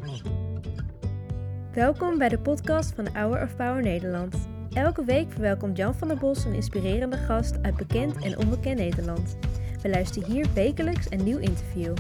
Welkom bij de podcast van Hour of Power Nederland. Elke week verwelkomt Jan van der Bos een inspirerende gast uit bekend en onbekend Nederland. We luisteren hier wekelijks een nieuw interview.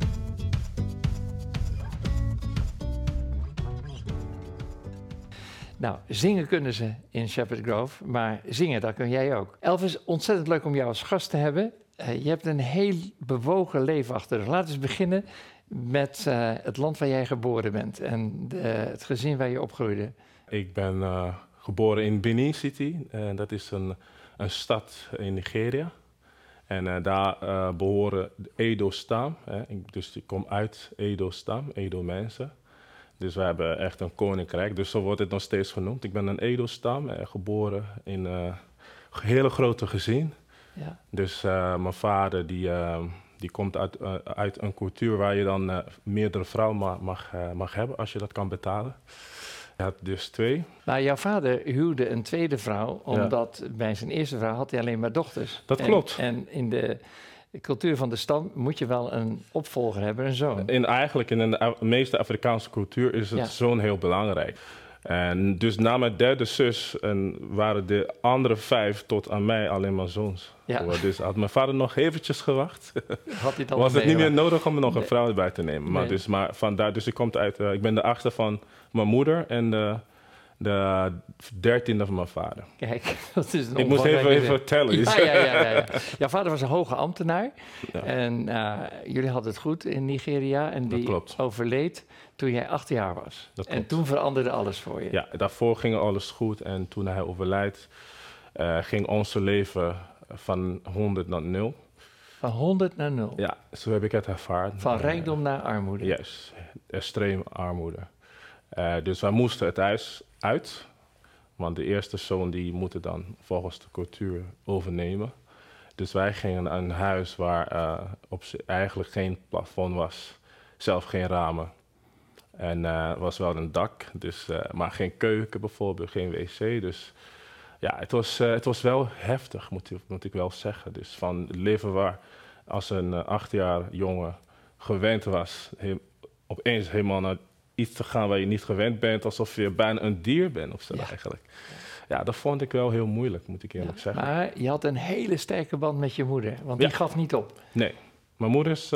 Nou, zingen kunnen ze in Shepherd Grove, maar zingen, dat kun jij ook. Elvis, ontzettend leuk om jou als gast te hebben. Je hebt een heel bewogen leven achter de rug. Laten we eens beginnen met het land waar jij geboren bent en het gezin waar je opgroeide. Ik ben geboren in Benin City. Dat is een stad in Nigeria. En daar behoren de Edo-stam. Dus ik kom uit Edo-stam, Edo-mensen. Dus we hebben echt een koninkrijk, dus zo wordt het nog steeds genoemd. Ik ben een Edo-stam, geboren in een hele grote gezin. Ja. Dus mijn vader die komt uit een cultuur waar je dan meerdere vrouwen mag hebben als je dat kan betalen. Hij had dus 2. Maar jouw vader huwde een tweede vrouw, omdat bij zijn eerste vrouw had hij alleen maar dochters. Dat klopt. En in de cultuur van de stam moet je wel een opvolger hebben, een zoon. Eigenlijk in de meeste Afrikaanse cultuur is het zoon heel belangrijk. En dus na mijn derde zus waren de andere 5 tot aan mij alleen maar zoons. Ja. Dus had mijn vader nog eventjes gewacht. Had hij dan was het niet meer nodig om er nog Nee. een vrouw erbij te nemen. Maar, Nee. maar vandaar, dus ik ben de 8e van mijn moeder en de 13e van mijn vader. Kijk, dat is een Ik moest even vertellen. Ja. Jouw vader was een hoge ambtenaar. Ja. En jullie hadden het goed in Nigeria. En die klopt. overleed toen jij 8 jaar was. Dat En klopt. toen veranderde alles voor je. Ja, daarvoor ging alles goed. En toen hij overlijdt, ging ons leven van 100 naar 0. Van 100 naar 0. Ja, zo heb ik het ervaren. Van rijkdom naar armoede. Juist, extreem armoede. Dus wij moesten het huis uit. Want de eerste zoon die moet het dan volgens de cultuur overnemen. Dus wij gingen naar een huis waar eigenlijk geen plafond was. Zelf geen ramen. En was wel een dak, dus, maar geen keuken bijvoorbeeld, geen wc. Dus ja, het was wel heftig, moet ik wel zeggen. Dus van het leven waar als een 8 jaar jongen gewend was, opeens helemaal naar iets te gaan waar je niet gewend bent, alsof je bijna een dier bent of zo eigenlijk. Ja, dat vond ik wel heel moeilijk, moet ik eerlijk zeggen. Maar je had een hele sterke band met je moeder, want die gaf niet op. Nee, mijn moeder is...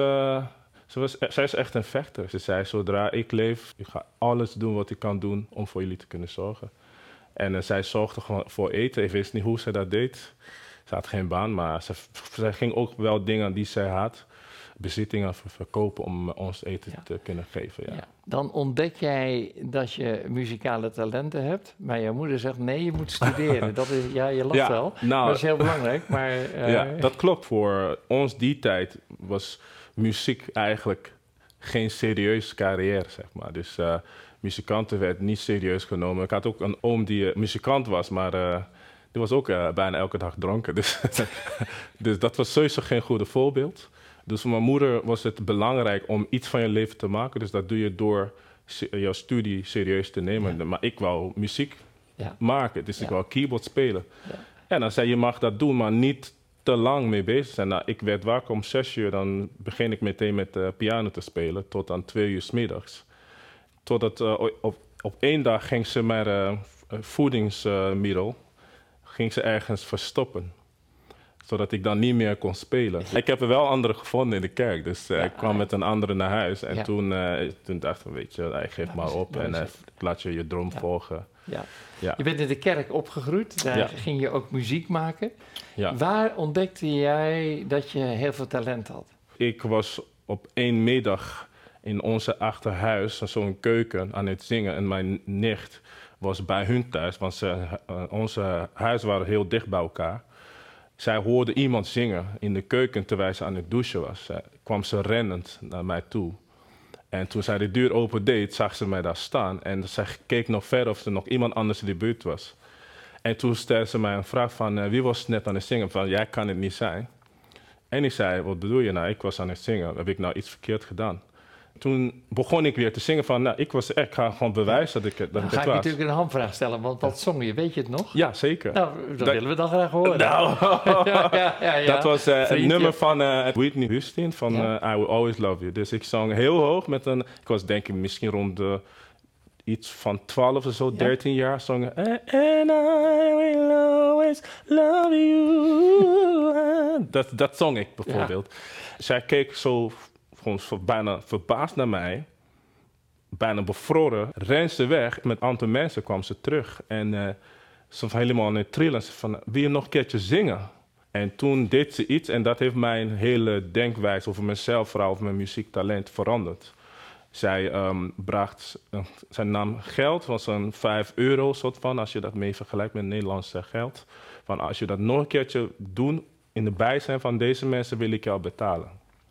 zij is echt een vechter. Ze zei, zodra ik leef, ik ga alles doen wat ik kan doen om voor jullie te kunnen zorgen. En zij zorgde gewoon voor eten. Ik wist niet hoe ze dat deed. Ze had geen baan, maar zij ging ook wel dingen die zij had, bezittingen verkopen om ons eten te kunnen geven. Ja. Ja. Dan ontdek jij dat je muzikale talenten hebt, maar jouw moeder zegt nee, je moet studeren. Dat is, je lacht wel, nou, dat is heel belangrijk. Maar, ja, dat klopt. Voor ons die tijd was muziek eigenlijk geen serieuze carrière, zeg maar. Dus muzikanten werden niet serieus genomen. Ik had ook een oom die muzikant was, maar die was ook bijna elke dag dronken. Dus dat was sowieso geen goede voorbeeld. Dus voor mijn moeder was het belangrijk om iets van je leven te maken. Dus dat doe je door jouw studie serieus te nemen. Ja. Maar ik wou muziek maken, dus ik wou keyboard spelen. Ja. En dan zei je mag dat doen, maar niet te lang mee bezig zijn. Nou, ik werd wakker om 6 uur, dan begin ik meteen met piano te spelen tot aan 2 uur 's middags. Totdat op 1 dag ging ze mijn voedingsmiddel ging ze ergens verstoppen, zodat ik dan niet meer kon spelen. Ik heb er wel andere gevonden in de kerk, dus ik kwam met een andere naar huis. En toen dacht ik, weet je, geef maar op en laat je droom volgen. Ja. Ja. Je bent in de kerk opgegroeid, daar ging je ook muziek maken. Ja. Waar ontdekte jij dat je heel veel talent had? Ik was op 1 middag in onze achterhuis, zo'n keuken, aan het zingen. En mijn nicht was bij hun thuis, want onze huizen waren heel dicht bij elkaar. Zij hoorde iemand zingen in de keuken terwijl ze aan het douchen was. Kwam ze rennend naar mij toe. En toen zij de deur open deed, zag ze mij daar staan. En zij keek nog verder of er nog iemand anders in de buurt was. En toen stelde ze mij een vraag van, wie was net aan het zingen? Van, jij kan het niet zijn. En ik zei, wat bedoel je nou? Ik was aan het zingen. Heb ik nou iets verkeerd gedaan? Toen begon ik weer te zingen van, nou, ik ga gewoon bewijzen dat ik het Dan ga ik was. natuurlijk een hamvraag stellen, want wat zong je? Weet je het nog? Ja, zeker. Nou, dat willen we dan graag horen. Nou, ja. dat was een Vriendje. nummer van Whitney Houston van Ja. I Will Always Love You. Dus ik zong heel hoog met ik was denk ik misschien rond iets van 12 of zo, 13 jaar, zong ik, And I will always love you. Dat zong ik bijvoorbeeld. Zij keek zo gewoon bijna verbaasd naar mij, bijna bevroren, rende ze weg. Met een aantal mensen kwam ze terug en ze was helemaal aan het trillen. Ze van, wil je nog een keertje zingen? En toen deed ze iets en dat heeft mijn hele denkwijze over mezelf, vooral over mijn muziektalent, veranderd. Zij zij nam geld, was een €5 soort van, als je dat mee vergelijkt met Nederlands geld. Van als je dat nog een keertje doet in de bijzijn van deze mensen, wil ik jou betalen.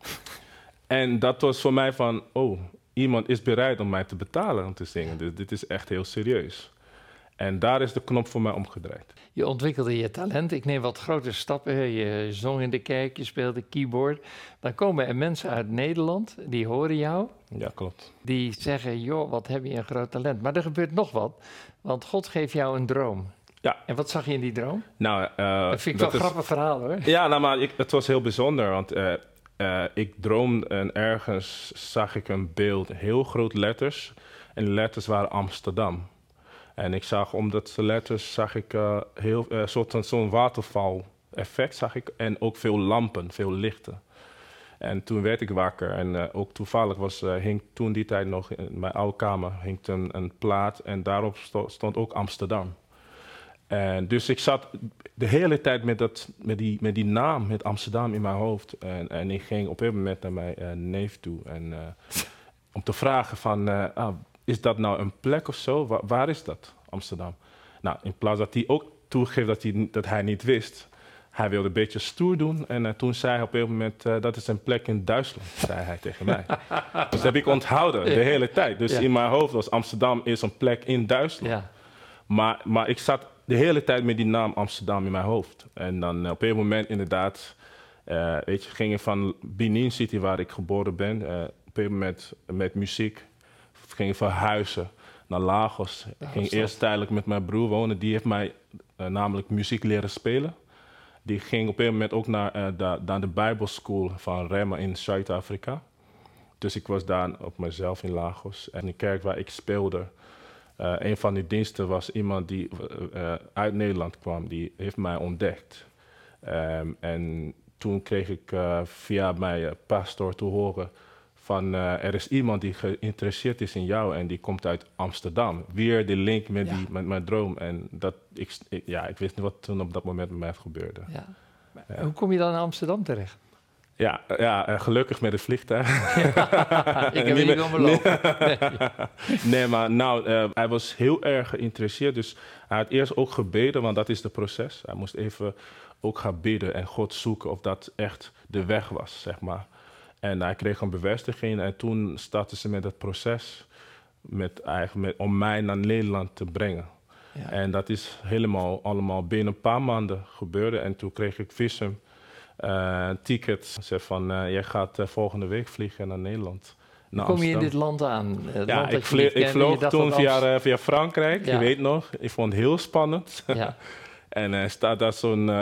En dat was voor mij van, oh, iemand is bereid om mij te betalen om te zingen. Dus dit is echt heel serieus. En daar is de knop voor mij omgedraaid. Je ontwikkelde je talent. Ik neem wat grote stappen. Je zong in de kerk, je speelde keyboard. Dan komen er mensen uit Nederland, die horen jou. Ja, klopt. Die zeggen, joh, wat heb je een groot talent. Maar er gebeurt nog wat, want God geeft jou een droom. Ja. En wat zag je in die droom? Nou, Dat vind ik wel een grappig verhaal, hoor. Ja, nou, maar het was heel bijzonder, want ik droomde en ergens zag ik een beeld, heel groot letters. En de letters waren Amsterdam. En ik zag, omdat de letters, zag ik zo'n waterval effect, zag ik. En ook veel lampen, veel lichten. En toen werd ik wakker. En ook toevallig hing toen die tijd nog in mijn oude kamer hing een plaat. En daarop stond ook Amsterdam. En dus ik zat de hele tijd met die naam, met Amsterdam in mijn hoofd. En ik ging op een moment naar mijn neef toe. En, om te vragen van, is dat nou een plek of zo? Waar is dat, Amsterdam? Nou, in plaats dat hij ook toegeeft dat hij niet wist. Hij wilde een beetje stoer doen. En toen zei hij op een moment, dat is een plek in Duitsland, zei hij tegen mij. Dus dat heb ik onthouden de hele tijd. Dus in mijn hoofd was Amsterdam is een plek in Duitsland. Ja. Maar ik zat de hele tijd met die naam Amsterdam in mijn hoofd. En dan op een moment inderdaad, ging ik van Benin City, waar ik geboren ben, op een moment met muziek, ging ik verhuizen naar Lagos. Ik ging eerst tijdelijk met mijn broer wonen. Die heeft mij namelijk muziek leren spelen. Die ging op een moment ook naar de Bijbelschool van Rema in Zuid-Afrika. Dus ik was daar op mezelf in Lagos. En de kerk waar ik speelde, een van die diensten was iemand die uit Nederland kwam. Die heeft mij ontdekt. En toen kreeg ik via mijn pastoor te horen van er is iemand die geïnteresseerd is in jou en die komt uit Amsterdam. Weer de link met mijn droom. En ik wist niet wat toen op dat moment met mij gebeurde. Ja. Hoe kom je dan in Amsterdam terecht? Ja, gelukkig met het vliegtuig. Ik heb niet om beloven. Nee, maar hij was heel erg geïnteresseerd. Dus hij had eerst ook gebeden, want dat is het proces. Hij moest even ook gaan bidden en God zoeken of dat echt de weg was, zeg maar. En hij kreeg een bevestiging en toen startten ze met het proces om mij naar Nederland te brengen. Ja. En dat is allemaal binnen een paar maanden gebeurde. En toen kreeg ik visum, ticket. Ze zei van, jij gaat volgende week vliegen naar Nederland. Hoe kom je in dit land aan? Ik vloog toen via Frankrijk, je weet nog. Ik vond het heel spannend. Ja. En staat daar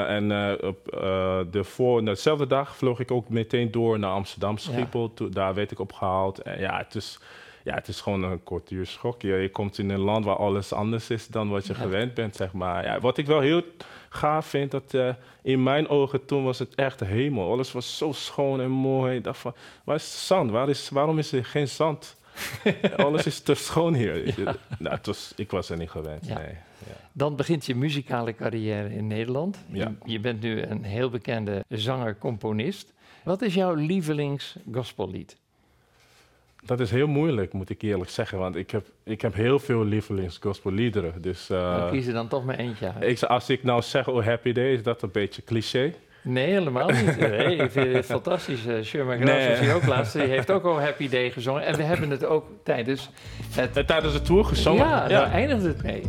dezelfde dag vloog ik ook meteen door naar Amsterdam, Schiphol. Ja. Daar werd ik opgehaald. En het is gewoon een kwartier schok. Je komt in een land waar alles anders is dan wat je gewend bent, zeg maar. Ja, wat ik wel heel gaaf vind, dat in mijn ogen toen was het echt de hemel. Alles was zo schoon en mooi. Ik dacht van, waar is het zand? Waarom is er geen zand? Alles is te schoon hier. Ja. Nou, ik was er niet gewend, nee. Ja. Dan begint je muzikale carrière in Nederland. Ja. Je bent nu een heel bekende zanger-componist. Wat is jouw lievelings-gospellied? Dat is heel moeilijk, moet ik eerlijk zeggen. Want ik heb heel veel lievelings-gospelliederen. Dus, dan kies er dan toch maar eentje uit. Als ik nou zeg, oh Happy Day, is dat een beetje cliché? Nee, helemaal niet. Nee, ik vind het fantastisch. Sherman Graaf was hier ook laatst. Die heeft ook al Happy Day gezongen. En we hebben het ook tijdens de tour gezongen? Ja, daar eindigt het mee.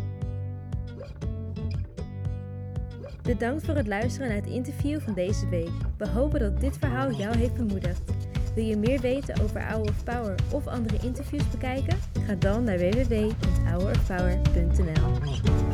Bedankt voor het luisteren naar het interview van deze week. We hopen dat dit verhaal jou heeft bemoedigd. Wil je meer weten over Hour of Power of andere interviews bekijken? Ga dan naar www.hourofpower.nl.